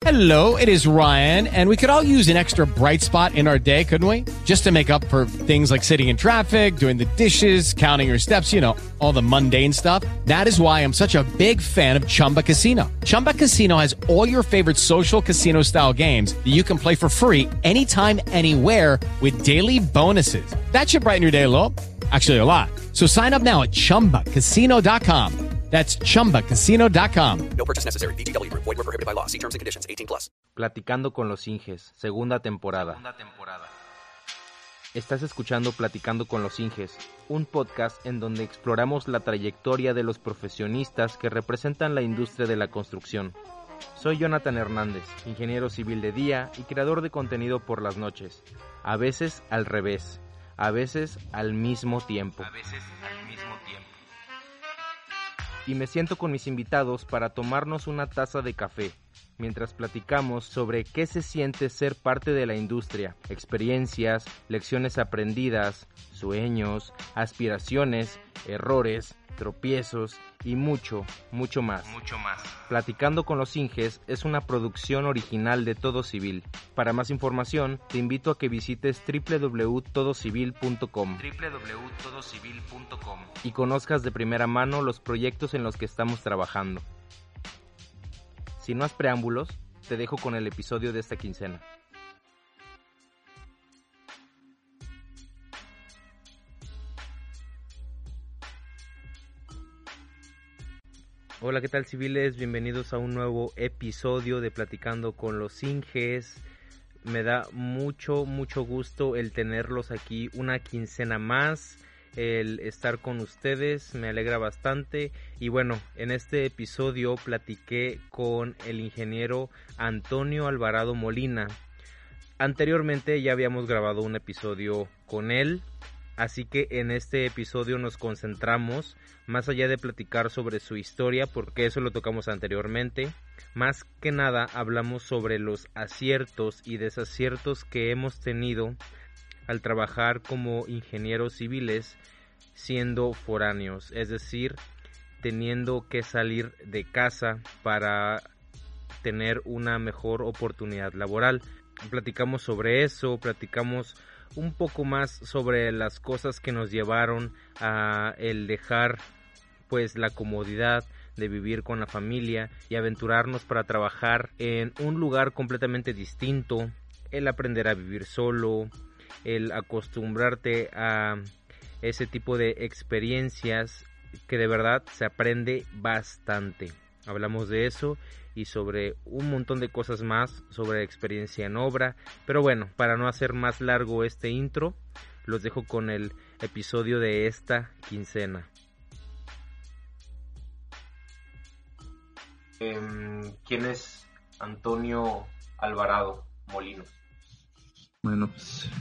Hello, it is Ryan, and we could all use an extra bright spot in our day, couldn't we? Just to make up for things like sitting in traffic, doing the dishes, counting your steps, you know, all the mundane stuff. That is why I'm such a big fan of Chumba Casino. Chumba Casino has all your favorite social casino-style games that you can play for free anytime, anywhere with daily bonuses. That should brighten your day a little. Actually, a lot. So sign up now at ChumbaCasino.com. That's ChumbaCasino.com. No purchase necessary. VGW Group. Void where prohibited by law. See terms and conditions. 18+. Platicando con los Inges, segunda temporada. Estás escuchando Platicando con los Inges, un podcast en donde exploramos la trayectoria de los profesionistas que representan la industria de la construcción. Soy Jonathan Hernández, ingeniero civil de día y creador de contenido por las noches. A veces al revés, a veces al mismo tiempo. Y me siento con mis invitados para tomarnos una taza de café, mientras platicamos sobre qué se siente ser parte de la industria, experiencias, lecciones aprendidas, sueños, aspiraciones, errores, tropiezos y mucho más. Platicando con los Inges es una producción original de Todo Civil. Para más información, te invito a que visites www.todocivil.com y conozcas de primera mano los proyectos en los que estamos trabajando. Sin más preámbulos, te dejo con el episodio de esta quincena. Hola, ¿qué tal, civiles? Bienvenidos a un nuevo episodio de Platicando con los Inges. Me da mucho gusto el tenerlos aquí una quincena más, el estar con ustedes, me alegra bastante. Y bueno, en este episodio platiqué con el ingeniero Antonio Alvarado Molina. Anteriormente ya habíamos grabado un episodio con él, así que en este episodio nos concentramos, más allá de platicar sobre su historia, porque eso lo tocamos anteriormente, más que nada hablamos sobre los aciertos y desaciertos que hemos tenido al trabajar como ingenieros civiles siendo foráneos, es decir, teniendo que salir de casa para tener una mejor oportunidad laboral. Platicamos sobre eso, platicamos un poco más sobre las cosas que nos llevaron a el dejar pues la comodidad de vivir con la familia y aventurarnos para trabajar en un lugar completamente distinto, el aprender a vivir solo, el acostumbrarte a ese tipo de experiencias que de verdad se aprende bastante. Hablamos de eso y sobre un montón de cosas más, sobre experiencia en obra. Pero bueno, para no hacer más largo este intro, los dejo con el episodio de esta quincena. ¿Quién es Antonio Alvarado Molina? Bueno, pues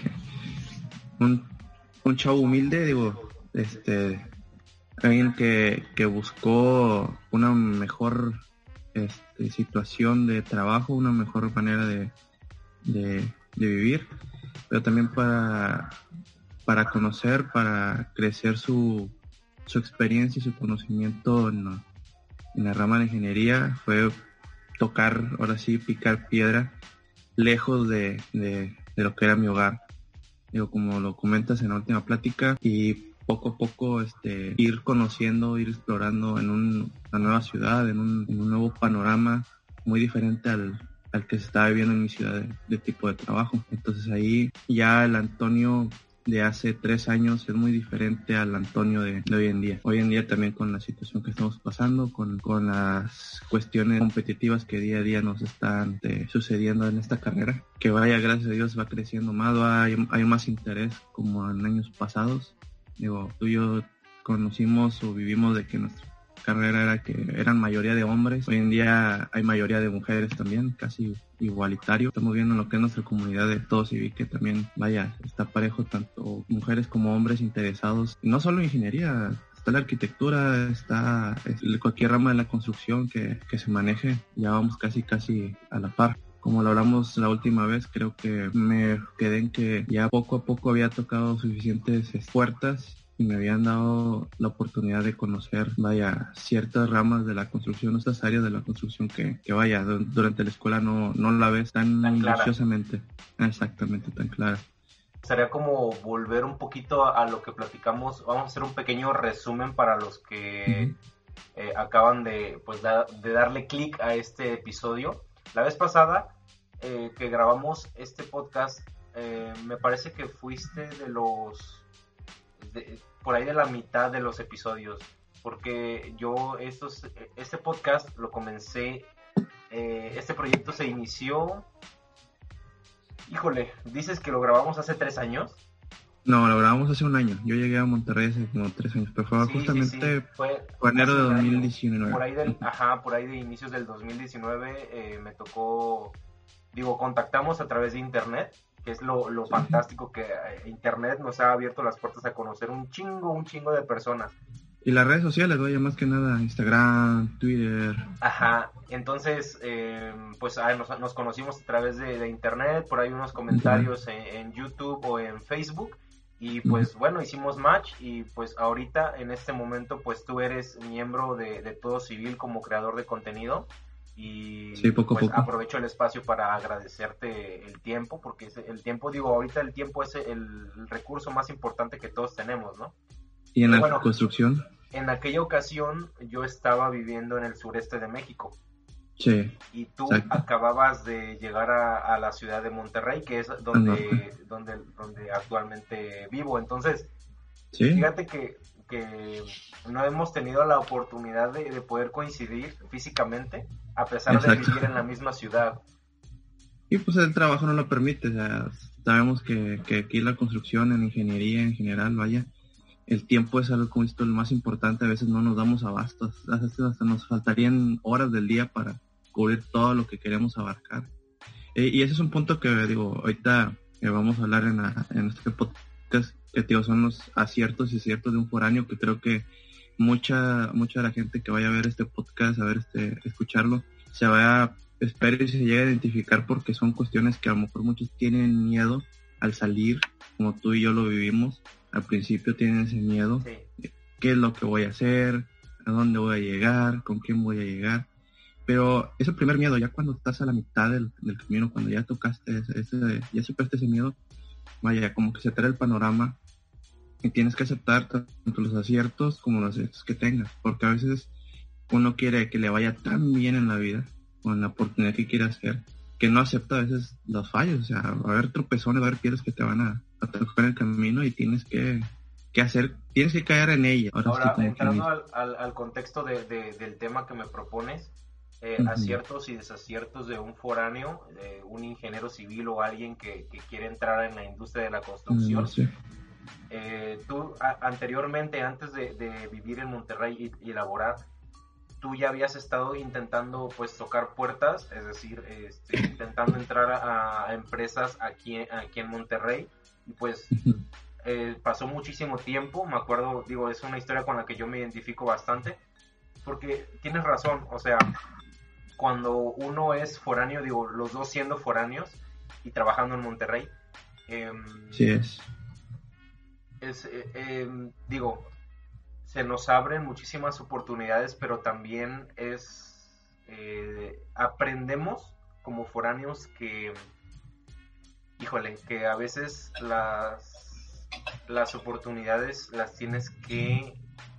un chavo humilde, digo, alguien que buscó una mejor situación de trabajo, una mejor manera de vivir, pero también para conocer, para crecer su experiencia y su conocimiento en la rama de ingeniería. Fue tocar, ahora sí, picar piedra lejos de lo que era mi hogar, digo, como lo comentas en la última plática, y poco a poco ir conociendo, ir explorando en una nueva ciudad, en un nuevo panorama muy diferente al que se estaba viviendo en mi ciudad de tipo de trabajo. Entonces ahí ya el Antonio de hace 3 años es muy diferente al Antonio de hoy en día. Hoy en día también con la situación que estamos pasando, con las cuestiones competitivas que día a día nos están sucediendo en esta carrera, que vaya, gracias a Dios, va creciendo más, hay más interés como en años pasados. Digo, tú y yo conocimos o vivimos de que nuestra carrera eran mayoría de hombres. Hoy en día hay mayoría de mujeres también, casi igualitario. Estamos viendo lo que es nuestra comunidad de Todo Civil, que también, vaya, está parejo, tanto mujeres como hombres interesados, no solo en ingeniería, está la arquitectura, está cualquier rama de la construcción que se maneje, ya vamos casi a la par. Como lo hablamos la última vez, creo que me quedé en que ya poco a poco había tocado suficientes puertas y me habían dado la oportunidad de conocer, vaya, ciertas ramas de la construcción, estas áreas de la construcción que vaya, durante la escuela no la ves tan clara. minuciosamente, exactamente tan clara. Sería como volver un poquito a lo que platicamos. Vamos a hacer un pequeño resumen para los que acaban de darle clic a este episodio. La vez pasada que grabamos este podcast, me parece que fuiste por ahí de la mitad de los episodios, porque yo este podcast lo comencé, este proyecto se inició. Híjole, ¿dices que lo grabamos hace 3 años? No, lo grabamos hace 1 año. Yo llegué a Monterrey hace como 3 años, pero fue justamente Fue enero de 2019. Por ahí de inicios del 2019 me tocó, contactamos a través de internet, que es lo fantástico, que internet nos ha abierto las puertas a conocer un chingo de personas. Y las redes sociales, vaya, más que nada, Instagram, Twitter. Ajá, entonces, nos conocimos a través de internet, por ahí unos comentarios en YouTube o en Facebook, y pues bueno, hicimos match, y pues ahorita, en este momento, pues tú eres miembro de Todo Civil como creador de contenido, y sí, poco a poco. Aprovecho el espacio para agradecerte el tiempo, porque el tiempo, ahorita el tiempo es el recurso más importante que todos tenemos, ¿no? Y en la construcción. En aquella ocasión yo estaba viviendo en el sureste de México. Sí. Y tú acababas de llegar a la ciudad de Monterrey, que es donde actualmente vivo. Entonces, fíjate que no hemos tenido la oportunidad de poder coincidir físicamente, a pesar de vivir en la misma ciudad. Y pues el trabajo no lo permite. O sea, sabemos que aquí la construcción, en ingeniería en general, vaya, el tiempo es algo, como esto, lo más importante. A veces no nos damos abasto, hasta nos faltarían horas del día para cubrir todo lo que queremos abarcar. Y ese es un punto que ahorita vamos a hablar en este podcast, que son los aciertos y desaciertos de un foráneo, que creo que mucha de la gente que vaya a ver este podcast, escucharlo, se vaya, espero y se llegue a identificar, porque son cuestiones que a lo mejor muchos tienen miedo al salir, como tú y yo lo vivimos. Al principio tienen ese miedo, qué es lo que voy a hacer, a dónde voy a llegar, con quién voy a llegar. Pero ese primer miedo, ya cuando estás a la mitad del camino, cuando ya tocaste ya superaste ese miedo, vaya, como que se te da el panorama y tienes que aceptar tanto los aciertos como los aciertos que tengas, porque a veces uno quiere que le vaya tan bien en la vida, o en la oportunidad que quiere hacer, que no acepta a veces los fallos. O sea, va a haber tropezones, va a haber piedras que te van a tocar el camino, y tienes que hacer, tienes que caer en ella. Ahora entrando al contexto del tema que me propones, aciertos y desaciertos de un foráneo, un ingeniero civil o alguien que quiere entrar en la industria de la construcción. Tú anteriormente, antes de vivir en Monterrey y laborar, tú ya habías estado intentando pues tocar puertas, es decir, intentando entrar a empresas aquí en Monterrey, y pues pasó muchísimo tiempo. Me acuerdo, es una historia con la que yo me identifico bastante, porque tienes razón. O sea, cuando uno es foráneo, los dos siendo foráneos y trabajando en Monterrey, sí se nos abren muchísimas oportunidades, pero también aprendemos como foráneos que a veces las oportunidades las tienes que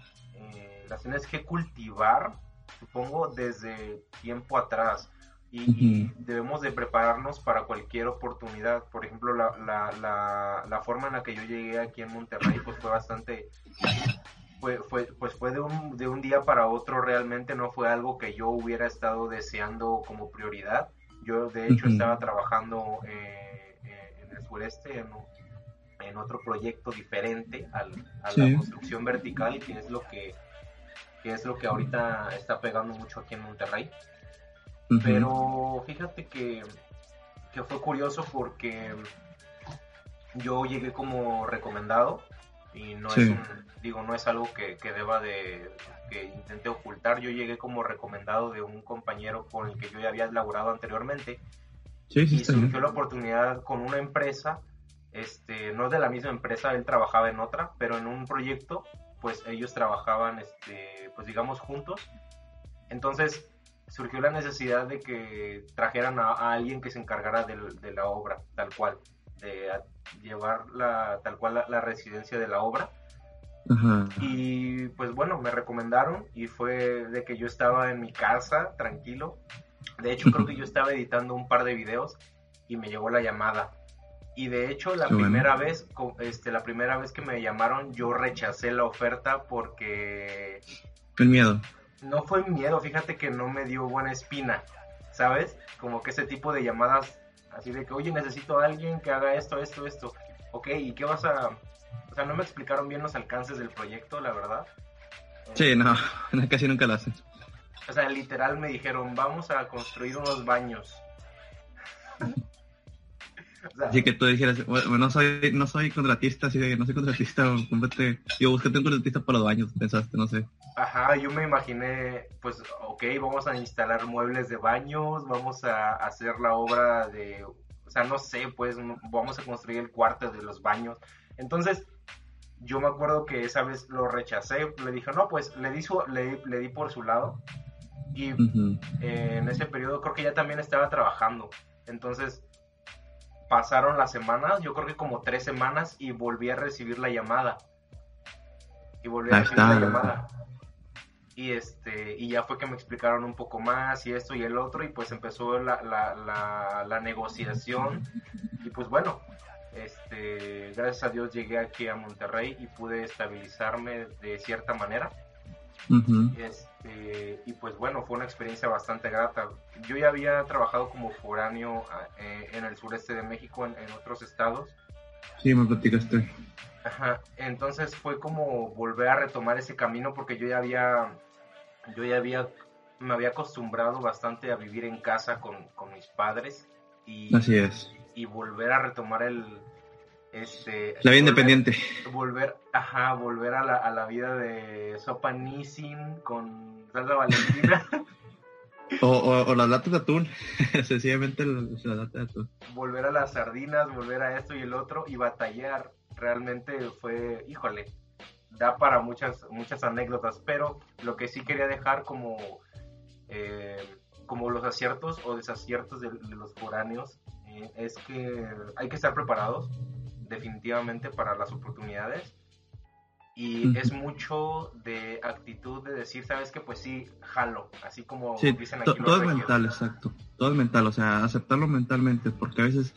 cultivar, supongo, desde tiempo atrás, y debemos de prepararnos para cualquier oportunidad. Por ejemplo, la forma en la que yo llegué aquí en Monterrey pues fue bastante... Fue de un día para otro. Realmente no fue algo que yo hubiera estado deseando como prioridad. Yo de hecho estaba trabajando en el sureste en otro proyecto diferente a la construcción vertical, que es lo que ahorita está pegando mucho aquí en Monterrey. Pero fíjate que fue curioso, porque yo llegué como recomendado, y no es algo que deba que intente ocultar. Yo llegué como recomendado de un compañero con el que yo ya había laborado anteriormente, y surgió la oportunidad con una empresa no es de la misma empresa, él trabajaba en otra, pero en un proyecto, pues ellos trabajaban, pues digamos juntos. Entonces surgió la necesidad de que trajeran a alguien que se encargara de la obra, tal cual, de llevar tal cual la residencia de la obra. Ajá. Y pues bueno, me recomendaron y fue de que yo estaba en mi casa, tranquilo. De hecho, creo que yo estaba editando un par de videos y me llegó la llamada. Y de hecho, la primera vez que me llamaron, yo rechacé la oferta porque... El miedo. No fue miedo, fíjate que no me dio buena espina, ¿sabes? Como que ese tipo de llamadas, así de que, oye, necesito a alguien que haga esto. Ok, ¿y qué vas a...? O sea, no me explicaron bien los alcances del proyecto, la verdad. Sí, no, casi nunca lo hacen. O sea, literal me dijeron, vamos a construir unos baños. O sea, así que tú dijeras, bueno, no soy contratista, así de no soy contratista, yo búscate un contratista para los baños, pensaste, no sé. Ajá, yo me imaginé, pues, ok, vamos a instalar muebles de baños, vamos a hacer la obra de, o sea, no sé, pues, vamos a construir el cuarto de los baños. Entonces, yo me acuerdo que esa vez lo rechacé, le dije, no, pues, le di por su lado, y en ese periodo creo que ya también estaba trabajando. Entonces pasaron las semanas, yo creo que como 3 semanas, y volví a recibir la llamada. Y ya fue que me explicaron un poco más y esto y el otro, y pues empezó la negociación. Y pues bueno, gracias a Dios llegué aquí a Monterrey y pude estabilizarme de cierta manera. Y pues bueno, fue una experiencia bastante grata. Yo ya había trabajado como foráneo en el sureste de México, en otros estados. Sí, me platicaste. Ajá, entonces fue como volver a retomar ese camino, porque me había acostumbrado bastante a vivir en casa con mis padres, y así es. Y volver a retomar la vida independiente. Volver a la vida de sopa Nissin con salsa Valentina. o las latas de atún. Sencillamente las latas de atún. Volver a las sardinas, volver a esto y el otro, y batallar. Realmente fue, híjole, da para muchas anécdotas, pero lo que sí quería dejar como los aciertos o desaciertos de los foráneos, es que hay que estar preparados definitivamente para las oportunidades, y es mucho de actitud, de decir, sabes que pues sí, jalo, así como sí, dicen aquí los todo es regios. mental, exacto, todo es mental, o sea, aceptarlo mentalmente, porque a veces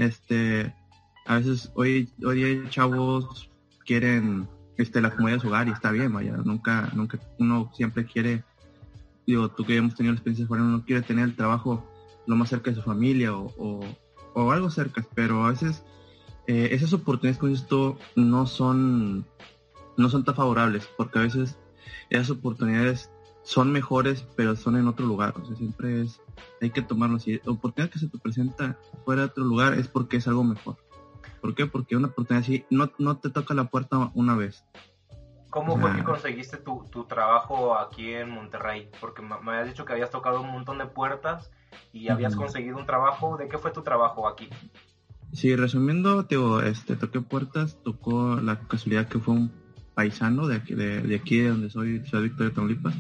hoy chavos quieren la comodidad de su hogar, y está bien, vaya, nunca uno siempre quiere, digo, tú que hemos tenido la experiencia fuera, uno quiere tener el trabajo lo más cerca de su familia o algo cerca, pero a veces esas oportunidades con esto no son tan favorables, porque a veces esas oportunidades son mejores, pero son en otro lugar. O sea, siempre hay que tomarlo. Si la oportunidad que se te presenta fuera de otro lugar es porque es algo mejor. ¿Por qué? Porque una oportunidad así no te toca la puerta una vez. ¿Cómo fue que conseguiste tu trabajo aquí en Monterrey? Porque me habías dicho que habías tocado un montón de puertas y habías conseguido un trabajo. ¿De qué fue tu trabajo aquí? Sí, resumiendo, toqué puertas, tocó la casualidad que fue un paisano de aquí de donde soy, Ciudad Victoria, Tamaulipas.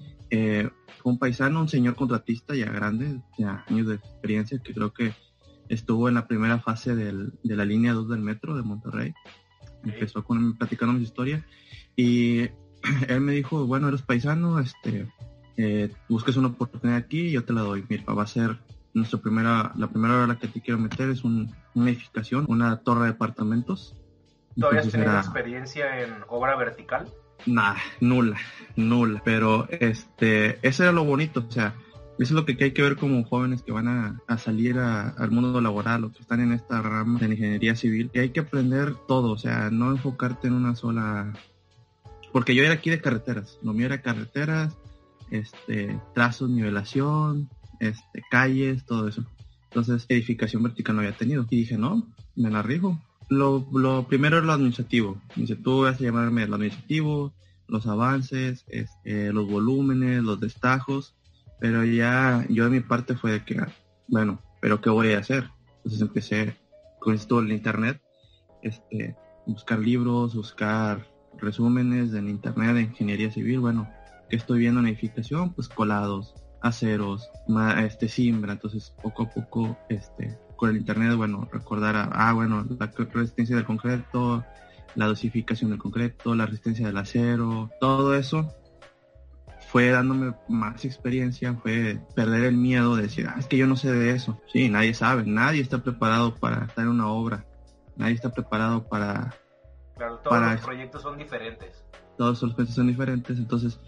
Fue un paisano, un señor contratista ya grande, ya años de experiencia, que creo que estuvo en la primera fase de la línea 2 del metro de Monterrey. Empezó platicando mi historia, y él me dijo, bueno, eres paisano, busques una oportunidad aquí y yo te la doy. Mira, va a ser la primera obra a la que te quiero meter, es una edificación, una torre de apartamentos. ¿Todavía has tenido experiencia en obra vertical? Nada, nula, pero eso era lo bonito, o sea, eso es lo que hay que ver como jóvenes que van a salir al mundo laboral, o que están en esta rama de la ingeniería civil, que hay que aprender todo, o sea, no enfocarte en una sola, porque yo era aquí de carreteras, lo mío era carreteras, trazos, nivelación, calles, todo eso. Entonces, edificación vertical no había tenido. Y dije, no, me la rifo. Lo primero es lo administrativo. Dice, tú vas a llamarme lo administrativo, los avances, los volúmenes, los destajos. Pero ya, yo de mi parte fue de que, bueno, ¿pero qué voy a hacer? Entonces empecé con esto en internet buscar libros, buscar resúmenes en internet de ingeniería civil. Bueno, que estoy viendo en edificación, pues colados, aceros, cimbra. Entonces poco a poco con el internet, bueno, recordar la resistencia del concreto, la dosificación del concreto, la resistencia del acero, todo eso fue dándome más experiencia, fue perder el miedo de decir, es que yo no sé de eso. Sí, nadie sabe, nadie está preparado para estar en una obra, nadie está preparado para... Claro, todos los proyectos son diferentes. Todos los proyectos son diferentes, entonces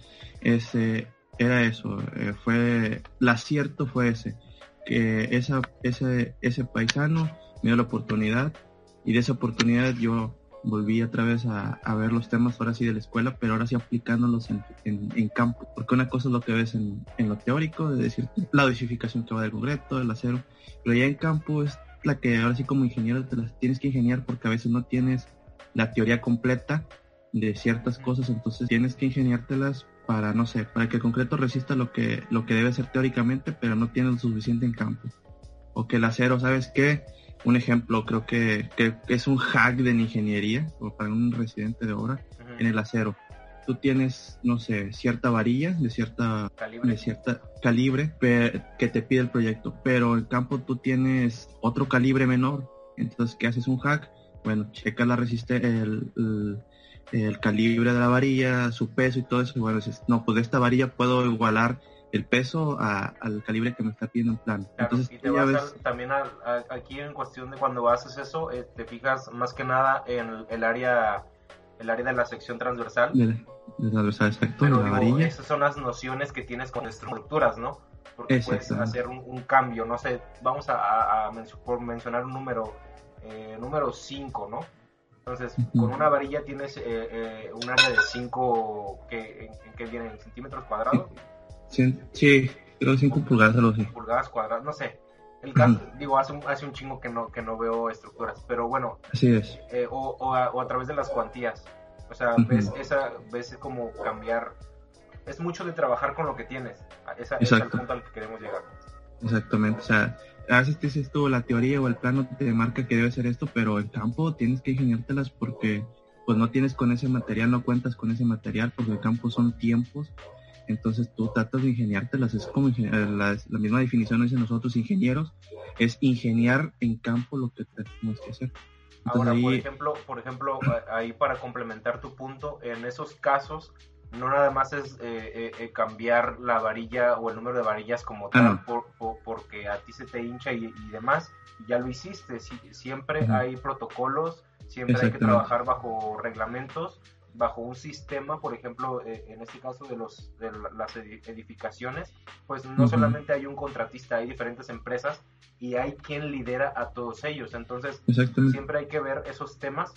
era eso, el acierto fue ese, que ese paisano me dio la oportunidad, y de esa oportunidad yo volví otra vez a ver los temas ahora sí de la escuela, pero ahora sí aplicándolos en campo, porque una cosa es lo que ves en lo teórico, de decir la dosificación que va del concreto, del acero, pero ya en campo es la que ahora sí como ingeniero te las tienes que ingeniar, porque a veces no tienes la teoría completa de ciertas cosas, entonces tienes que ingeniártelas para, no sé, para que el concreto resista lo que debe ser teóricamente, pero no tienes lo suficiente en campo. O que el acero, ¿sabes qué? Un ejemplo, creo que es un hack de la ingeniería, o para un residente de obra, en el acero. Tú tienes, no sé, cierta varilla de cierta calibre que te pide el proyecto, pero en campo tú tienes otro calibre menor. Entonces, ¿qué haces? Un hack. Bueno, checa la resistencia, el calibre de la varilla, su peso y todo eso. Y bueno, dices, no, pues de esta varilla puedo igualar el peso al calibre que me está pidiendo en plan. Claro, entonces, y te vas también aquí en cuestión de cuando haces eso, te fijas más que nada en el área de la sección transversal. De la transversal, exacto, pero de la varilla. Esas son las nociones que tienes con estructuras, ¿no? Porque puedes hacer un cambio, no sé, vamos por mencionar un número 5, ¿no? Entonces, con una varilla tienes un área de 5, ¿en qué viene? ¿En centímetros cuadrados? Sí, creo 5 pulgadas, algo así. Pulgadas cuadradas, no sé. El caso, digo, hace un chingo que no veo estructuras, pero bueno. Así es. O a través de las cuantías. O sea, ves como cambiar. Es mucho de trabajar con lo que tienes. Ese es el punto al que queremos llegar. Exactamente, o sea, a veces te dices tú, la teoría o el plano te marca que debe ser esto, pero en campo tienes que ingeniártelas porque pues no tienes con ese material, no cuentas con ese material, porque el campo son tiempos. Entonces tú tratas de ingeniártelas, es como la misma definición dice nosotros ingenieros, es ingeniar en campo lo que tenemos que hacer. Entonces, ahora, por ejemplo, ahí para complementar tu punto, en esos casos no nada más es cambiar la varilla o el número de varillas como tal, porque a ti se te hincha y demás, y ya lo hiciste. Siempre hay protocolos, siempre hay que trabajar bajo reglamentos, bajo un sistema. Por ejemplo, en este caso de las edificaciones, pues no solamente hay un contratista, hay diferentes empresas y hay quien lidera a todos ellos. Entonces siempre hay que ver esos temas.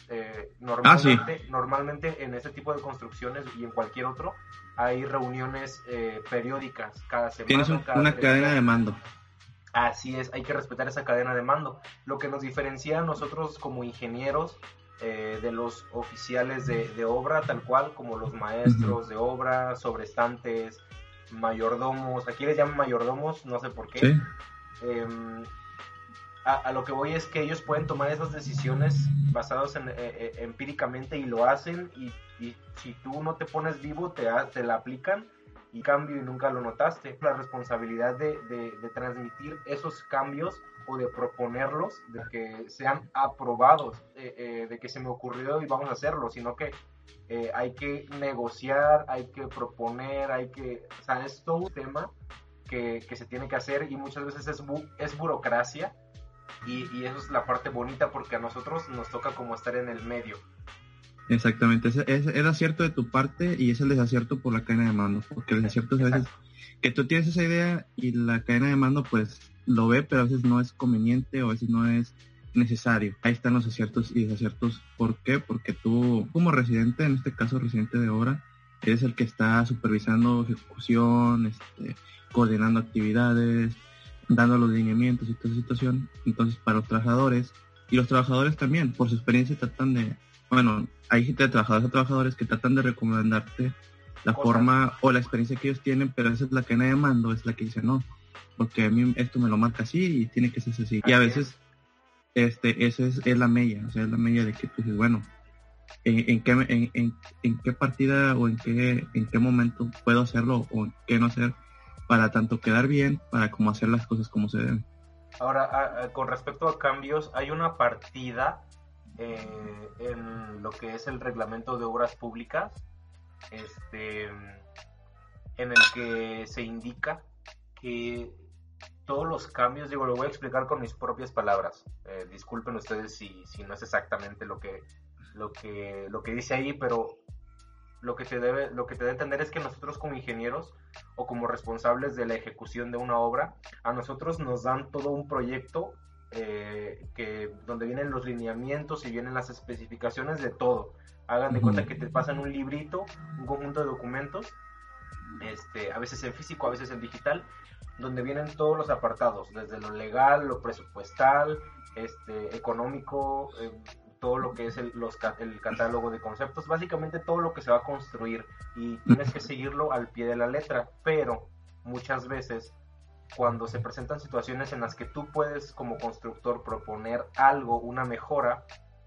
Normalmente en este tipo de construcciones y en cualquier otro hay reuniones periódicas cada semana. Tienes una cadena de mando. Así es, hay que respetar esa cadena de mando. Lo que nos diferencia a nosotros como ingenieros de los oficiales de obra, tal cual, como los maestros de obra, sobrestantes, mayordomos, aquí les llaman mayordomos, no sé por qué. Sí. A lo que voy es que ellos pueden tomar esas decisiones basadas empíricamente y lo hacen, y si tú no te pones vivo te la aplican y cambio y nunca lo notaste. La responsabilidad de transmitir esos cambios o de proponerlos, de que sean aprobados, de que se me ocurrió y vamos a hacerlo, sino que hay que negociar, hay que proponer, o sea, es todo un tema que se tiene que hacer, y muchas veces es burocracia, y eso es la parte bonita, porque a nosotros nos toca como estar en el medio. Exactamente, es acierto de tu parte y es el desacierto por la cadena de mando, porque el desacierto es a veces que tú tienes esa idea y la cadena de mando pues lo ve, pero a veces no es conveniente o a veces no es necesario. Ahí están los aciertos y desaciertos. ¿Por qué? Porque tú como residente, en este caso residente de obra, eres el que está supervisando ejecución, coordinando actividades, dando los lineamientos y toda esa situación. Entonces para los trabajadores, y los trabajadores también por su experiencia tratan de, bueno, hay gente de trabajadores que tratan de recomendarte la forma o la experiencia que ellos tienen, pero esa es la cadena de mando, es la que dice no, porque a mí esto me lo marca así y tiene que ser así. Y a veces esa es la mella, o sea, es la mella de que tú dices, bueno, en qué partida o en qué momento puedo hacerlo o en qué no hacer para tanto quedar bien, para como hacer las cosas como se deben. Ahora, con respecto a cambios, hay una partida en lo que es el reglamento de obras públicas, en el que se indica que todos los cambios, digo, lo voy a explicar con mis propias palabras. Disculpen ustedes si no es exactamente lo que dice ahí, pero lo que te debe entender es que nosotros como ingenieros o como responsables de la ejecución de una obra, a nosotros nos dan todo un proyecto donde vienen los lineamientos y vienen las especificaciones de todo. Hagan de cuenta que te pasan un librito, un conjunto de documentos, a veces en físico, a veces en digital, donde vienen todos los apartados, desde lo legal, lo presupuestal, económico, todo lo que es el catálogo de conceptos, básicamente todo lo que se va a construir, y tienes que seguirlo al pie de la letra. Pero muchas veces cuando se presentan situaciones en las que tú puedes como constructor proponer algo, una mejora,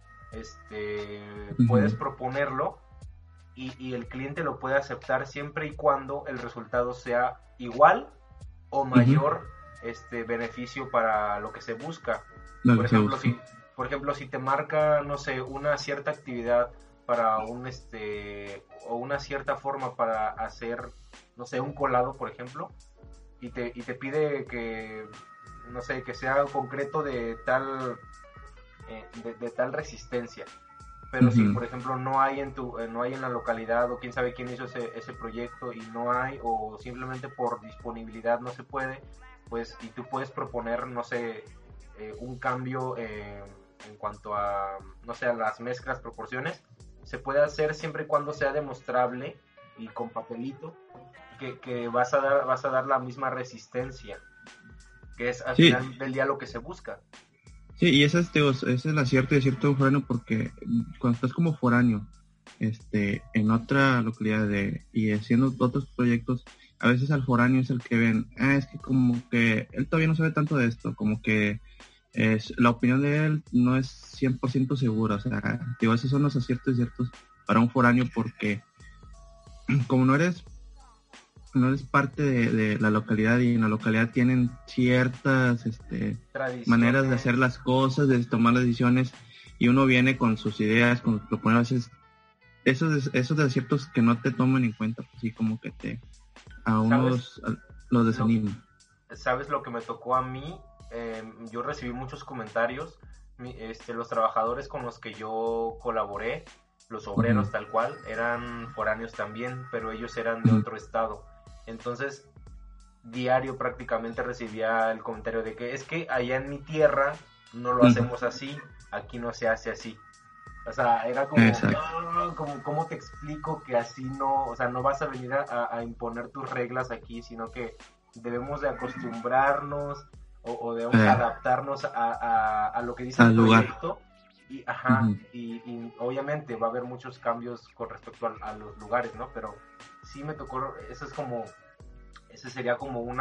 puedes proponerlo y el cliente lo puede aceptar siempre y cuando el resultado sea igual o mayor beneficio para lo que se busca. Por ejemplo, si te marca, no sé, una cierta actividad para o una cierta forma para hacer, no sé, un colado, por ejemplo, y te pide que, no sé, que sea concreto de tal resistencia. Pero si, por ejemplo, no hay en la localidad, o quién sabe quién hizo ese proyecto y no hay, o simplemente por disponibilidad no se puede, pues, y tú puedes proponer, no sé, un cambio en cuanto a, no sé, a las mezclas, proporciones, se puede hacer siempre y cuando sea demostrable y con papelito que vas a dar la misma resistencia, que es al final del día lo que se busca. Sí, y ese es el acierto y acierto foráneo, porque cuando estás como foráneo en otra localidad y haciendo otros proyectos, a veces al foráneo es el que ven, es que como que él todavía no sabe tanto de esto, como que la opinión de él no es 100% segura. O sea, digo, esos son los aciertos y ciertos para un foráneo, porque como no eres parte de la localidad, y en la localidad tienen ciertas maneras de hacer las cosas, de tomar las decisiones, y uno viene con sus ideas, con proponer, a veces esos aciertos que no te toman en cuenta, pues sí, como que a unos los desaniman. ¿Sabes lo que me tocó a mí? Yo recibí muchos comentarios. Los trabajadores con los que yo colaboré, los obreros tal cual, eran foráneos también, pero ellos eran de otro estado. Entonces, diario prácticamente recibía el comentario de que es que allá en mi tierra no lo hacemos así, aquí no se hace así. O sea, era como, ¿cómo te explico que así no? O sea, no vas a venir a imponer tus reglas aquí, sino que debemos de acostumbrarnos o debemos adaptarnos a lo que dice el proyecto. Y obviamente va a haber muchos cambios con respecto a los lugares, ¿no? Pero sí me tocó, ese sería como un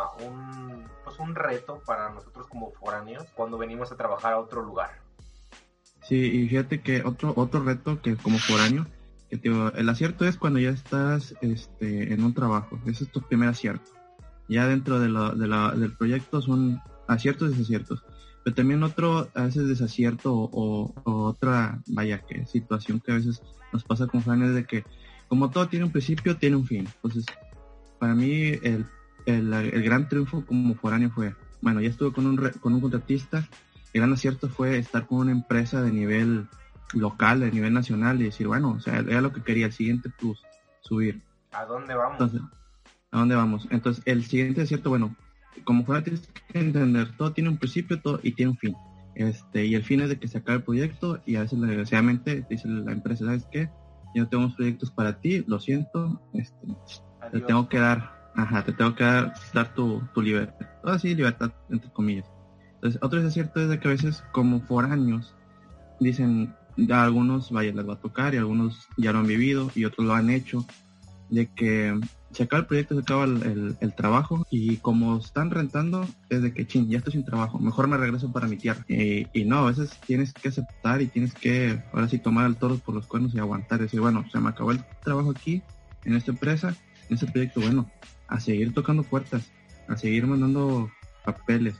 reto para nosotros como foráneos cuando venimos a trabajar a otro lugar. Sí, y fíjate que otro reto que como foráneo, que el acierto es cuando ya estás en un trabajo. Ese es tu primer acierto. Ya dentro del proyecto son aciertos y desaciertos. Pero también otro, a veces desacierto o otra, que situación que a veces nos pasa con foráneos, de que como todo tiene un principio, tiene un fin. Entonces, para mí el gran triunfo como foráneo fue, bueno, ya estuve con un contratista. El gran acierto fue estar con una empresa de nivel local, de nivel nacional, y decir, bueno, o sea, era lo que quería, el siguiente plus, subir. ¿A dónde vamos? Entonces, ¿a dónde vamos? Entonces, el siguiente acierto, bueno, como fuera tienes que entender, todo tiene un principio y tiene un fin. Y el fin es de que se acabe el proyecto, y a veces desgraciadamente dice la empresa, ¿sabes qué? Ya no tenemos proyectos para ti, lo siento, te tengo que dar tu libertad. Ahora sí, libertad, entre comillas. Entonces, otro desacierto es de que a veces como foráneos dicen, a algunos les va a tocar, y algunos ya lo han vivido y otros lo han hecho, de que se acaba el proyecto, se acaba el trabajo, y como están rentando, es de que, ya estoy sin trabajo, mejor me regreso para mi tierra. Y no, a veces tienes que aceptar y tienes que, ahora sí, tomar el toro por los cuernos y aguantar, decir, bueno, se me acabó el trabajo aquí, en esta empresa, en este proyecto, bueno, a seguir tocando puertas, a seguir mandando papeles,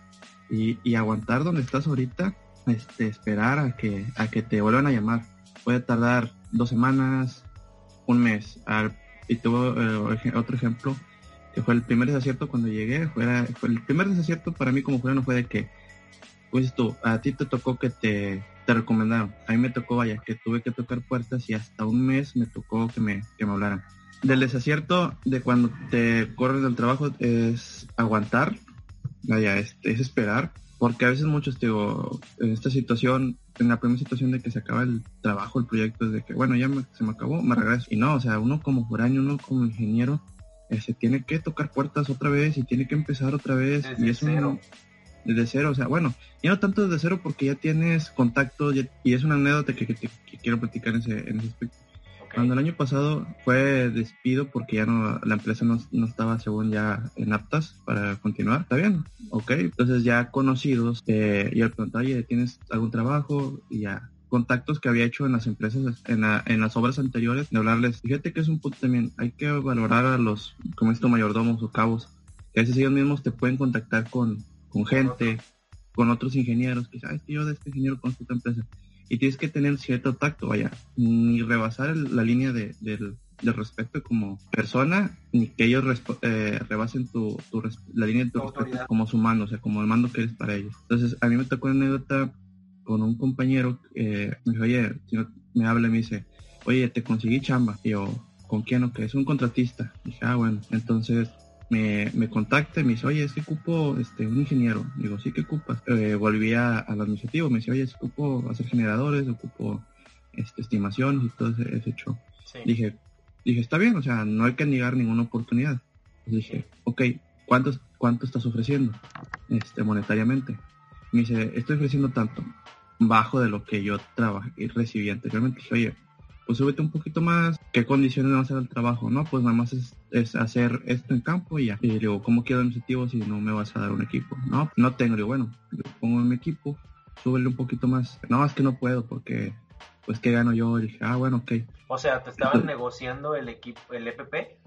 y aguantar donde estás ahorita, esperar a que te vuelvan a llamar. Puede tardar 2 semanas, un mes. Y tuvo otro ejemplo, que fue el primer desacierto cuando llegué. Fue el primer desacierto para mí como fuera, no fue de que, pues tú, a ti te tocó que te recomendaron. A mí me tocó, vaya, que tuve que tocar puertas, y hasta un mes me tocó que me hablaran. Del desacierto de cuando te corren del trabajo es aguantar, vaya, es esperar, porque a veces muchos, digo, en esta situación, en la primera situación de que se acaba el trabajo, el proyecto, es de que, bueno, ya se me acabó, me regreso. Y no, o sea, uno como foráneo, uno como ingeniero, se tiene que tocar puertas otra vez y tiene que empezar otra vez. Desde y es cero. Desde cero, o sea, bueno, ya no tanto desde cero porque ya tienes contactos, y es una anécdota que quiero platicar en ese aspecto. Okay. Cuando el año pasado fue despido porque ya no, la empresa no estaba según ya en aptas para continuar, está bien, ok. Entonces ya conocidos, y al preguntar, oye, ¿tienes algún trabajo? Y ya contactos que había hecho en las empresas, en las obras anteriores, de hablarles. Fíjate que es un punto también, hay que valorar a los, como estos mayordomos o cabos, que a veces ellos mismos te pueden contactar con gente, con otros ingenieros, que sabes que yo de este ingeniero conozco esta empresa. Y tienes que tener cierto tacto, vaya, ni rebasar la línea del respeto como persona, ni que ellos rebasen la línea de tu respeto como su mando, o sea, como el mando que eres para ellos. Entonces, a mí me tocó una anécdota con un compañero, me dijo, oye, si no, me habla y me dice, oye, te conseguí chamba. Y yo, ¿con quién o qué? Es un contratista. Y dije, bueno, entonces me contacta y me dice, oye, es que ocupo un ingeniero. Digo, sí, ¿qué ocupas? Volví al administrativo, me dice, oye, es que ocupo hacer generadores, ocupo estimaciones y todo ese show. Sí. Dije, está bien, o sea, no hay que negar ninguna oportunidad. Dije, ok, ¿cuánto estás ofreciendo monetariamente? Me dice, estoy ofreciendo tanto, bajo de lo que yo trabajé y recibí anteriormente. Dije, oye, pues súbete un poquito más, ¿qué condiciones va a ser el trabajo? No, pues nada más es hacer esto en campo y ya. Y digo, ¿cómo quiero administrativo si no me vas a dar un equipo? No tengo. Digo, bueno, yo pongo en mi equipo, súbele un poquito más. No, es que no puedo porque, pues, ¿qué gano yo? Y dije, bueno, ok. O sea, ¿te estaban negociando el equipo, el EPP?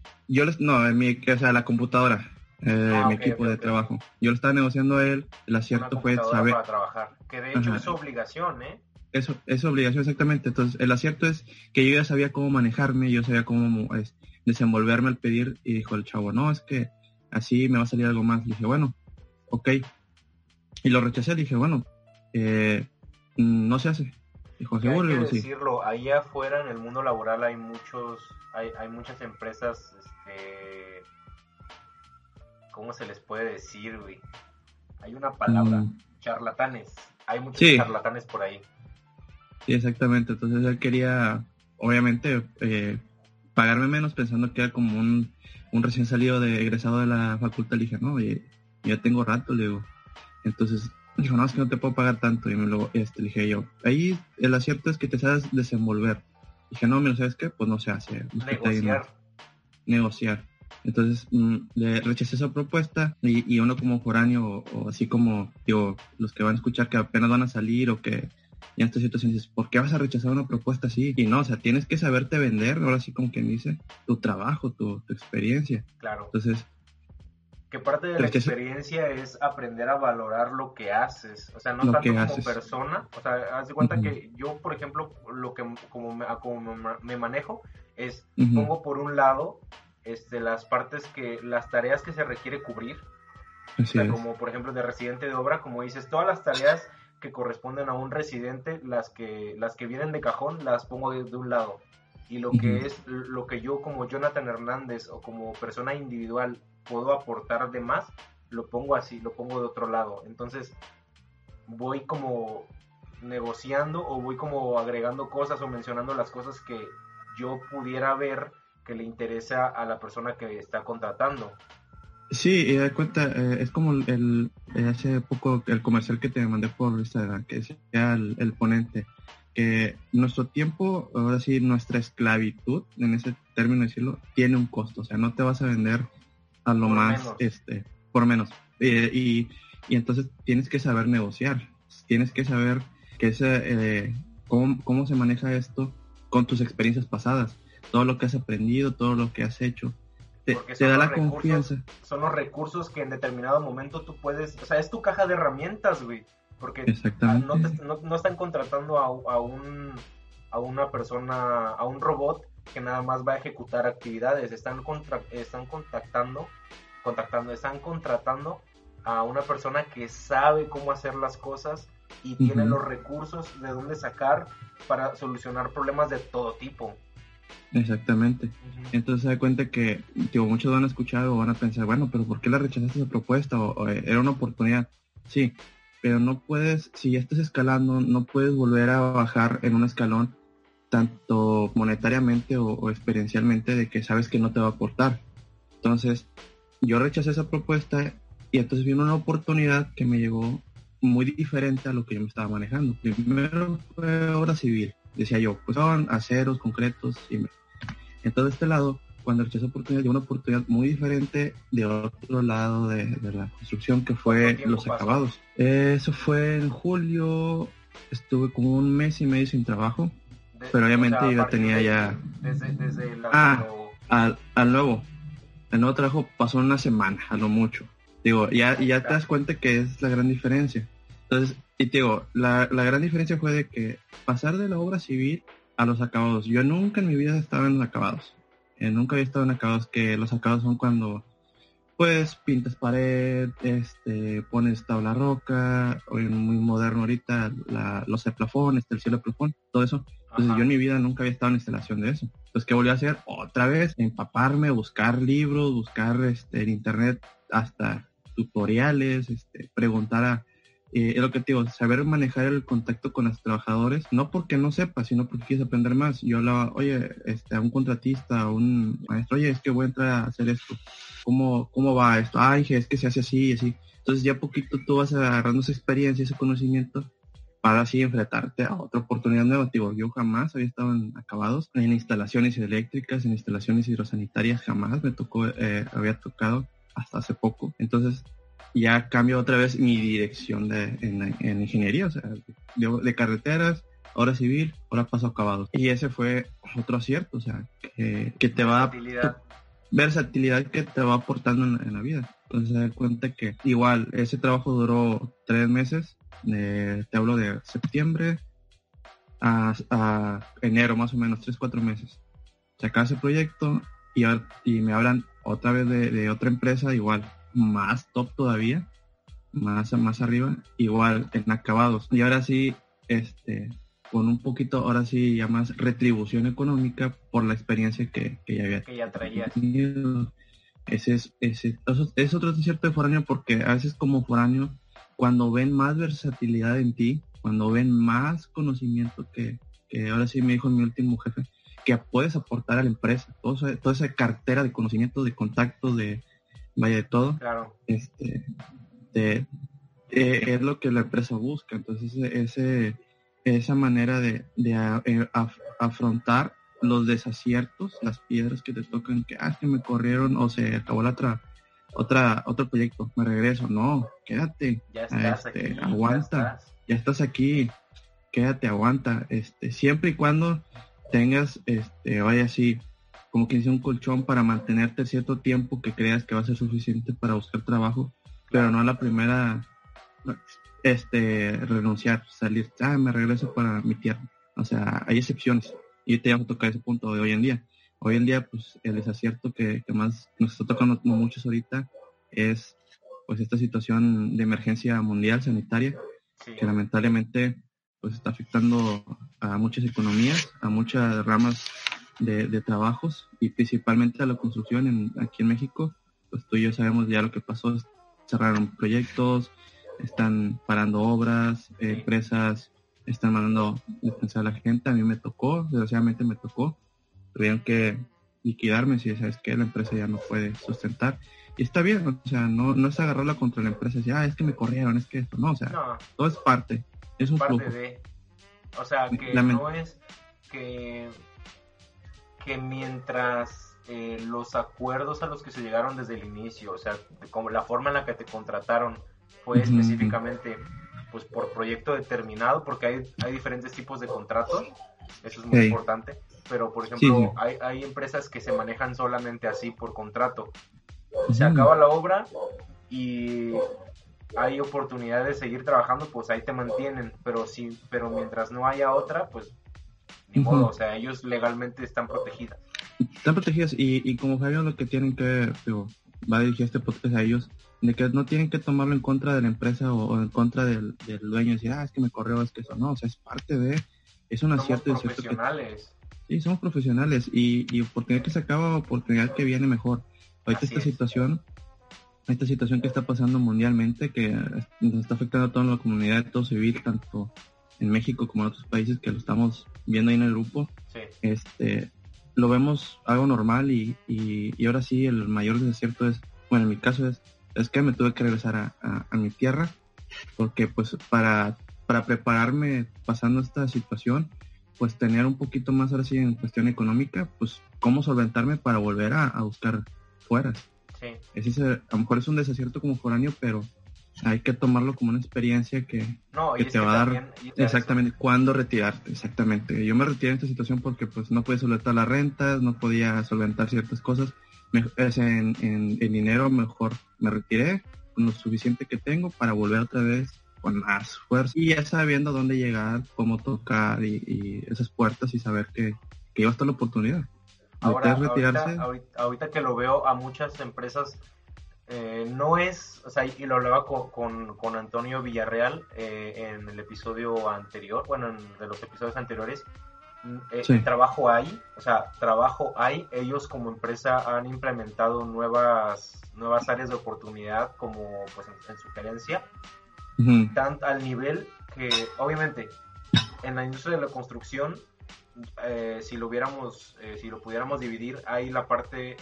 La computadora, mi equipo de trabajo. Yo lo estaba negociando a él, el acierto fue saber. Para trabajar, que de hecho es obligación, ¿eh? Eso es obligación, exactamente. Entonces, el acierto es que yo ya sabía cómo manejarme, yo sabía cómo desenvolverme al pedir, y dijo el chavo, no, es que así me va a salir algo más. Le dije, bueno, ok. Y lo rechacé, dije, bueno, no se hace. Dijo, seguro, hay que sí. decirlo, ahí afuera en el mundo laboral hay muchas empresas, ¿cómo se les puede decir, güey? Hay una palabra, charlatanes. Hay muchos charlatanes por ahí. Sí, exactamente. Entonces él quería, obviamente, pagarme menos pensando que era como un recién salido egresado de la facultad. Le dije, no, ya tengo rato, le digo. Entonces dijo, no, es que no te puedo pagar tanto. Y le dije yo, ahí el acierto es que te sabes desenvolver. Dije, no, mira, ¿sabes qué? Pues no se hace. Negociar. Entonces le rechacé esa propuesta, y uno como foráneo, o así como, digo, los que van a escuchar que apenas van a salir o que ya en esta situación dices, ¿por qué vas a rechazar una propuesta así? Y no, o sea, tienes que saberte vender, ahora sí como quien dice, tu trabajo, tu experiencia. Claro. Entonces, que parte de la experiencia es aprender a valorar lo que haces, o sea, no tanto como persona, o sea, haz de cuenta que yo, por ejemplo, como me manejo es, pongo por un lado las tareas que se requiere cubrir, o sea, como por ejemplo de residente de obra, como dices, todas las tareas que corresponden a un residente, las que vienen de cajón, las pongo de un lado, y lo que yo como Jonathan Hernández o como persona individual puedo aportar de más, lo pongo así, lo pongo de otro lado. Entonces voy como negociando o voy como agregando cosas o mencionando las cosas que yo pudiera ver que le interesa a la persona que está contratando. Sí, y da cuenta, es como hace poco el comercial que te mandé por Instagram, que decía el ponente, que nuestro tiempo, ahora sí, nuestra esclavitud, en ese término decirlo, tiene un costo. O sea, no te vas a vender a lo Por más, menos. por menos. Y entonces tienes que saber negociar. Tienes que saber cómo se maneja esto con tus experiencias pasadas. Todo lo que has aprendido, todo lo que has hecho. Porque Te da la confianza. son los recursos que en determinado momento tú puedes, o sea, es tu caja de herramientas, güey, porque Exactamente. no están contratando a una persona, a un robot que nada más va a ejecutar actividades, están contratando a una persona que sabe cómo hacer las cosas y tiene los recursos de dónde sacar para solucionar problemas de todo tipo. Exactamente. Entonces se da cuenta que, digo, muchos van a escuchar o van a pensar, bueno, pero ¿por qué la rechazaste esa propuesta? O era una oportunidad. Sí, pero no puedes, si ya estás escalando, no puedes volver a bajar en un escalón, tanto monetariamente o experiencialmente, de que sabes que no te va a aportar. Entonces, yo rechacé esa propuesta y entonces vino una oportunidad que me llegó muy diferente a lo que yo me estaba manejando. Primero fue obra civil. Decía yo, pues son aceros, concretos, y en todo este lado, cuando rechazé oportunidad, llegó una oportunidad muy diferente de otro lado de la construcción, que fue los acabados. Eso fue en julio, estuve como un mes y medio sin trabajo, pero obviamente yo ya tenía ya... Desde al nuevo trabajo pasó una semana, a lo mucho. Digo, ya te das cuenta que es la gran diferencia. Entonces, y te digo, la gran diferencia fue de que pasar de la obra civil a los acabados. Yo nunca en mi vida estaba en los acabados. Nunca había estado en acabados, que los acabados son cuando, pues, pintas pared, pones tabla roca, o muy moderno ahorita, los de plafón, el cielo de plafón, todo eso. Entonces yo en mi vida nunca había estado en instalación de eso. Entonces, ¿qué volví a hacer? Otra vez, empaparme, buscar libros, buscar en internet hasta tutoriales, preguntar es lo que te digo, saber manejar el contacto con los trabajadores, no porque no sepas, sino porque quieres aprender más. Yo hablaba, oye, a un contratista, a un maestro, oye, es que voy a entrar a hacer esto, ¿cómo va esto? Ay, es que se hace así y así. Entonces ya poquito tú vas agarrando esa experiencia, ese conocimiento, para así enfrentarte a otra oportunidad nueva. Digo, yo jamás había estado en acabados, en instalaciones eléctricas, en instalaciones hidrosanitarias, jamás me tocó, había tocado hasta hace poco. Entonces ya cambio otra vez mi dirección en ingeniería, o sea, de carreteras, ahora civil, ahora paso a acabados. Y ese fue otro acierto, o sea, que te va versatilidad que te va aportando en la vida. Entonces se da cuenta que igual ese trabajo duró 3 meses, te hablo de septiembre a enero, más o menos 3-4 meses. Se acaba ese proyecto y me hablan otra vez de otra empresa, igual más top todavía, más arriba, igual en acabados. Y ahora sí, con un poquito, ahora sí ya más retribución económica por la experiencia que ya traías. Ese es otro cierto de foráneo, porque a veces como foráneo, cuando ven más versatilidad en ti, cuando ven más conocimiento que ahora sí me dijo mi último jefe, que puedes aportar a la empresa, toda esa cartera de conocimiento, de contacto, de todo, claro. Es lo que la empresa busca. Entonces esa manera de afrontar los desaciertos, las piedras que te tocan, que me corrieron o se acabó otro proyecto, me regreso. No, quédate, ya estás aquí, aguanta, ya estás aquí, quédate, aguanta, siempre y cuando tengas, vaya así, como que dice, un colchón para mantenerte cierto tiempo que creas que va a ser suficiente para buscar trabajo, pero no a la primera renunciar, salir, me regreso para mi tierra. O sea, hay excepciones, y te vamos a tocar ese punto de hoy en día. Hoy en día, pues, el desacierto que más nos está tocando muchos ahorita es, pues, esta situación de emergencia mundial sanitaria, sí, que lamentablemente, pues, está afectando a muchas economías, a muchas ramas de trabajos, y principalmente a la construcción aquí en México. Pues tú y yo sabemos ya lo que pasó, cerraron proyectos, están parando obras, empresas están mandando descansar a la gente. A mí me tocó, desgraciadamente me tocó, tuvieron que liquidarme, si sabes que la empresa ya no puede sustentar, y está bien, o sea, no es agarrarla contra la empresa, es que me corrieron, es que esto, no, o sea, todo es parte, es un flujo. O sea, que no es que mientras los acuerdos a los que se llegaron desde el inicio, o sea, como la forma en la que te contrataron fue específicamente pues por proyecto determinado, porque hay diferentes tipos de contratos, eso es muy importante, pero por ejemplo hay empresas que se manejan solamente así por contrato, se acaba la obra y hay oportunidad de seguir trabajando, pues ahí te mantienen, pero mientras no haya otra, pues ni modo, o sea, ellos legalmente están protegidas. Están protegidas y como Javier lo que tienen que, va a dirigir este podcast a ellos, de que no tienen que tomarlo en contra de la empresa o en contra del dueño y decir, es que me corrió, es que eso, no, o sea, es parte de, es un acierto. Somos profesionales. Sí, somos profesionales y oportunidad que se acaba, oportunidad que viene mejor. Ahorita esta situación que está pasando mundialmente, que nos está afectando a toda la comunidad, todo civil, tanto en México como en otros países que lo estamos viendo ahí en el grupo, lo vemos algo normal y ahora sí el mayor desacierto es, bueno, en mi caso es que me tuve que regresar a mi tierra, porque pues para prepararme pasando esta situación, pues tener un poquito más ahora sí en cuestión económica, pues cómo solventarme para volver a buscar fuera. Sí. A lo mejor es un desacierto como foráneo, pero hay que tomarlo como una experiencia que te va a dar exactamente cuándo retirarte, exactamente. Yo me retiré en esta situación porque pues no podía solventar las rentas, no podía solventar ciertas cosas. En dinero mejor me retiré con lo suficiente que tengo para volver otra vez con más fuerza y ya sabiendo dónde llegar, cómo tocar y esas puertas y saber que iba a estar la oportunidad. Ahora, ahorita que lo veo a muchas empresas, no es, o sea, y lo hablaba con Antonio Villarreal en el episodio anterior, bueno, de los episodios anteriores, trabajo hay, ellos como empresa han implementado nuevas áreas de oportunidad como pues en sugerencia, tanto al nivel que obviamente en la industria de la construcción, si lo pudiéramos dividir, hay la parte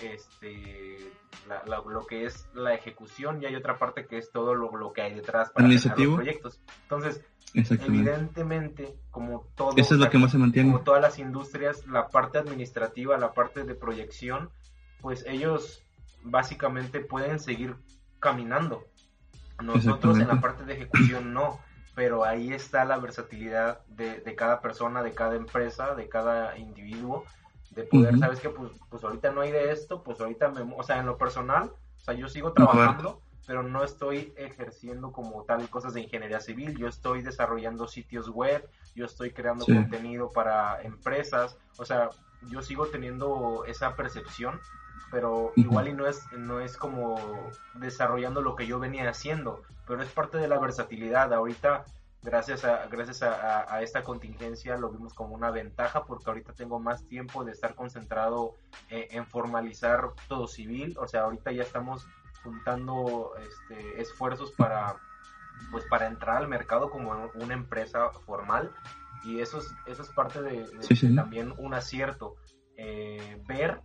lo que es la ejecución y hay otra parte que es todo lo que hay detrás para generar los proyectos. Entonces, evidentemente, como todo, eso es lo que más se mantiene. Como todas las industrias, la parte administrativa, la parte de proyección, pues ellos básicamente pueden seguir caminando. Nosotros en la parte de ejecución no, pero ahí está la versatilidad de cada persona, de cada empresa, de cada individuo, de poder, ¿sabes qué? Pues ahorita no hay de esto, pues ahorita o sea, en lo personal, o sea, yo sigo trabajando, pero no estoy ejerciendo como tal cosas de ingeniería civil, yo estoy desarrollando sitios web, yo estoy creando contenido para empresas, o sea, yo sigo teniendo esa percepción, pero igual y no es como desarrollando lo que yo venía haciendo, pero es parte de la versatilidad. Ahorita gracias a esta contingencia lo vimos como una ventaja, porque ahorita tengo más tiempo de estar concentrado en formalizar todo civil, o sea, ahorita ya estamos juntando esfuerzos para entrar al mercado como una empresa formal, y eso es parte de también un acierto, ver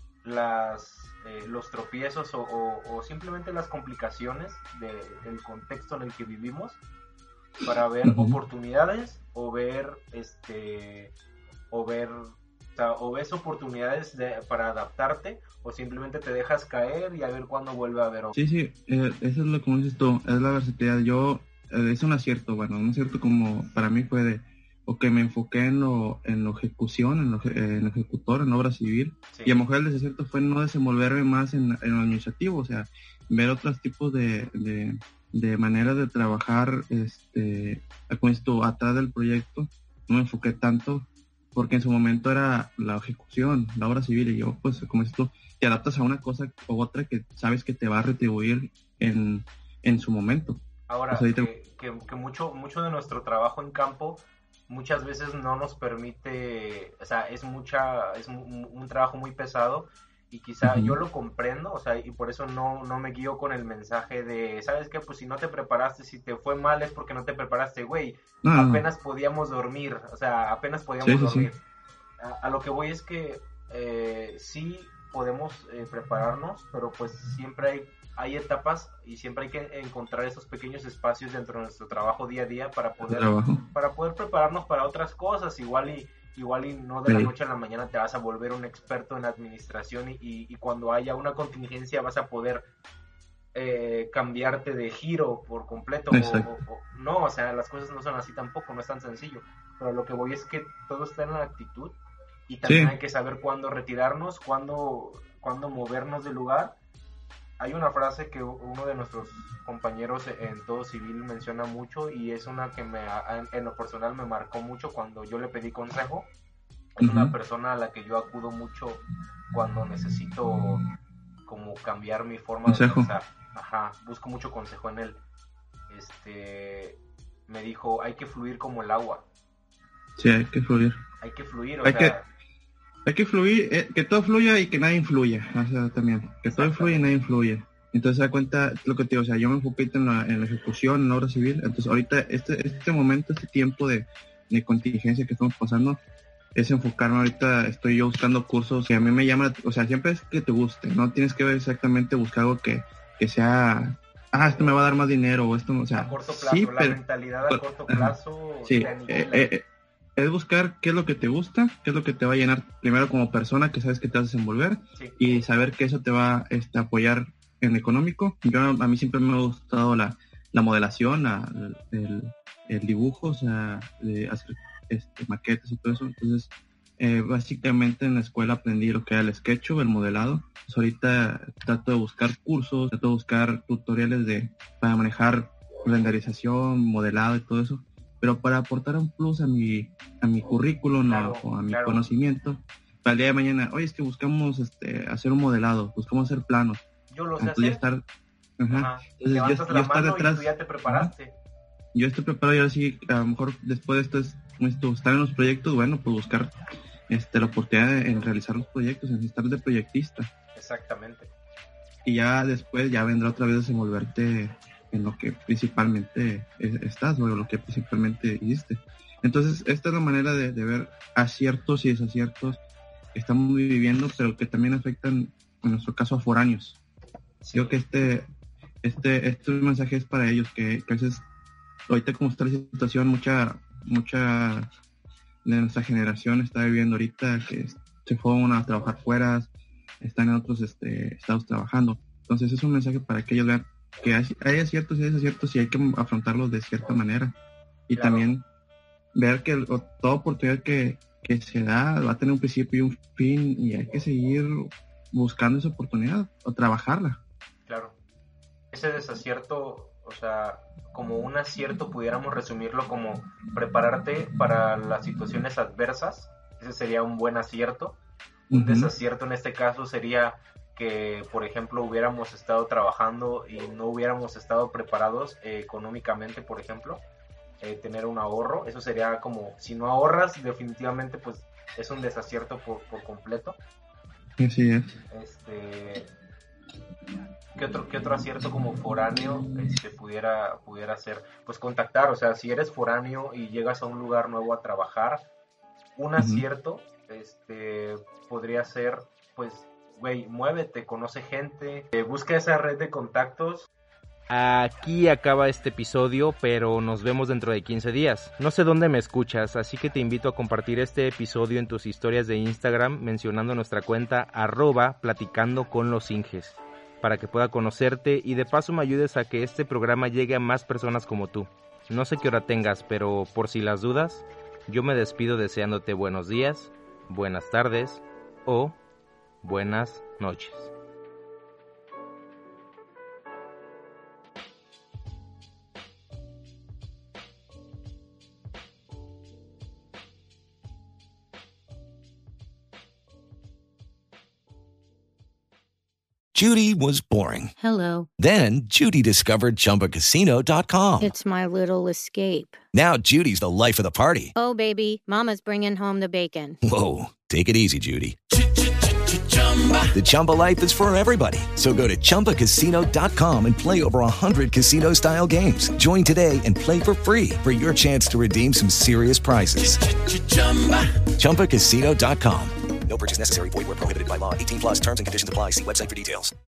los tropiezos o simplemente las complicaciones del contexto en el que vivimos, para ver oportunidades o ves oportunidades para adaptarte, o simplemente te dejas caer y a ver cuándo vuelve a haber otra. Sí, eso es lo que dices tú, es la versatilidad. Yo, es un acierto, un acierto como para mí fue me enfoqué en la ejecución, en lo ejecutor, en obra civil, y a lo mejor el desacierto fue no desenvolverme más en lo administrativo, o sea, ver otros tipos de maneras de trabajar, como esto, atrás del proyecto. No me enfoqué tanto, porque en su momento era la ejecución, la obra civil, y yo, pues, como esto, te adaptas a una cosa u otra que sabes que te va a retribuir en su momento. Ahora, o sea, que mucho de nuestro trabajo en campo muchas veces no nos permite, o sea, es un trabajo muy pesado, y quizá yo lo comprendo, o sea, y por eso no me guío con el mensaje de, ¿sabes qué? Pues si no te preparaste, si te fue mal es porque no te preparaste, güey. Apenas podíamos dormir, o sea, dormir. Sí. A lo que voy es que sí podemos prepararnos, pero pues siempre hay etapas y siempre hay que encontrar esos pequeños espacios dentro de nuestro trabajo día a día para poder prepararnos para otras cosas. Igual y no de la noche a la mañana te vas a volver un experto en administración y cuando haya una contingencia vas a poder cambiarte de giro por completo. No, o sea, las cosas no son así tampoco, no es tan sencillo. Pero lo que voy es que todo está en la actitud y también hay que saber cuándo retirarnos, cuándo movernos del lugar. Hay una frase que uno de nuestros compañeros en Todo Civil menciona mucho y es una que en lo personal me marcó mucho cuando yo le pedí consejo. Es una persona a la que yo acudo mucho cuando necesito como cambiar mi forma de pensar. Busco mucho consejo en él. Me dijo, hay que fluir como el agua. Sí, hay que fluir. Hay que fluir, hay que fluir, que todo fluya y que nadie influya, o sea, también, que todo fluya y nadie influya. Entonces, da cuenta lo que te digo, o sea, yo me enfoqué en la ejecución, en la obra civil. Entonces, ahorita, este momento, este tiempo de contingencia que estamos pasando, es enfocarme. Ahorita estoy yo buscando cursos que a mí me llaman, o sea, siempre es que te guste, no tienes que exactamente buscar algo que sea, esto me va a dar más dinero, o esto, o sea, a corto plazo, sí, la mentalidad a corto plazo. Sí, es buscar qué es lo que te gusta, qué es lo que te va a llenar primero como persona, que sabes que te vas a desenvolver, y saber que eso te va a apoyar en económico. A mí siempre me ha gustado la modelación, el dibujo, o sea, de hacer maquetas y todo eso. Entonces, básicamente en la escuela aprendí lo que era el SketchUp, el modelado. Pues ahorita trato de buscar cursos, trato de buscar tutoriales para manejar renderización, modelado y todo eso. Pero para aportar un plus a mi currículum o a mi conocimiento, para el día de mañana, oye, es que buscamos hacer un modelado, buscamos hacer planos. Yo lo sé hacer. Ya estar, Entonces, yo estar detrás. Y tú ya te preparaste. Yo estoy preparado y ahora sí, a lo mejor después de esto estar en los proyectos, bueno, pues buscar la oportunidad en realizar los proyectos, en estar de proyectista. Exactamente. Y ya después ya vendrá otra vez desenvolverte en lo que principalmente estás, o lo que principalmente hiciste. Entonces, esta es la manera de ver aciertos y desaciertos que estamos viviendo, pero que también afectan, en nuestro caso, a foráneos. Sí. Creo que este mensaje es para ellos, que a veces, ahorita como está la situación, mucha de nuestra generación está viviendo ahorita, que se fueron a trabajar fuera, están en otros estados trabajando. Entonces, es un mensaje para que ellos vean que hay aciertos y desaciertos y hay que afrontarlos de cierta manera. Y también ver que toda oportunidad que se da va a tener un principio y un fin, y hay que seguir buscando esa oportunidad o trabajarla. Claro. Ese desacierto, o sea, como un acierto pudiéramos resumirlo como prepararte para las situaciones adversas. Ese sería un buen acierto. Un desacierto en este caso sería que, por ejemplo, hubiéramos estado trabajando y no hubiéramos estado preparados económicamente, por ejemplo, tener un ahorro. Eso sería como, si no ahorras, definitivamente pues es un desacierto por completo. Así es. ¿Qué otro acierto como foráneo pudiera ser? Pues contactar, o sea, si eres foráneo y llegas a un lugar nuevo a trabajar, un acierto podría ser, pues, güey, muévete, conoce gente, busca esa red de contactos. Aquí acaba este episodio, pero nos vemos dentro de 15 días. No sé dónde me escuchas, así que te invito a compartir este episodio en tus historias de Instagram mencionando nuestra cuenta @platicandoconlosinges para que pueda conocerte y de paso me ayudes a que este programa llegue a más personas como tú. No sé qué hora tengas, pero por si las dudas, yo me despido deseándote buenos días, buenas tardes o buenas noches. Judy was boring. Hello. Then Judy discovered ChumbaCasino.com. It's my little escape. Now Judy's the life of the party. Oh, baby, mama's bringing home the bacon. Whoa, take it easy, Judy. The Chumba life is for everybody. So go to ChumbaCasino.com and play over 100 casino-style games. Join today and play for free for your chance to redeem some serious prizes. ChumbaCasino.com. No purchase necessary. Void where prohibited by law. 18+ terms and conditions apply. See website for details.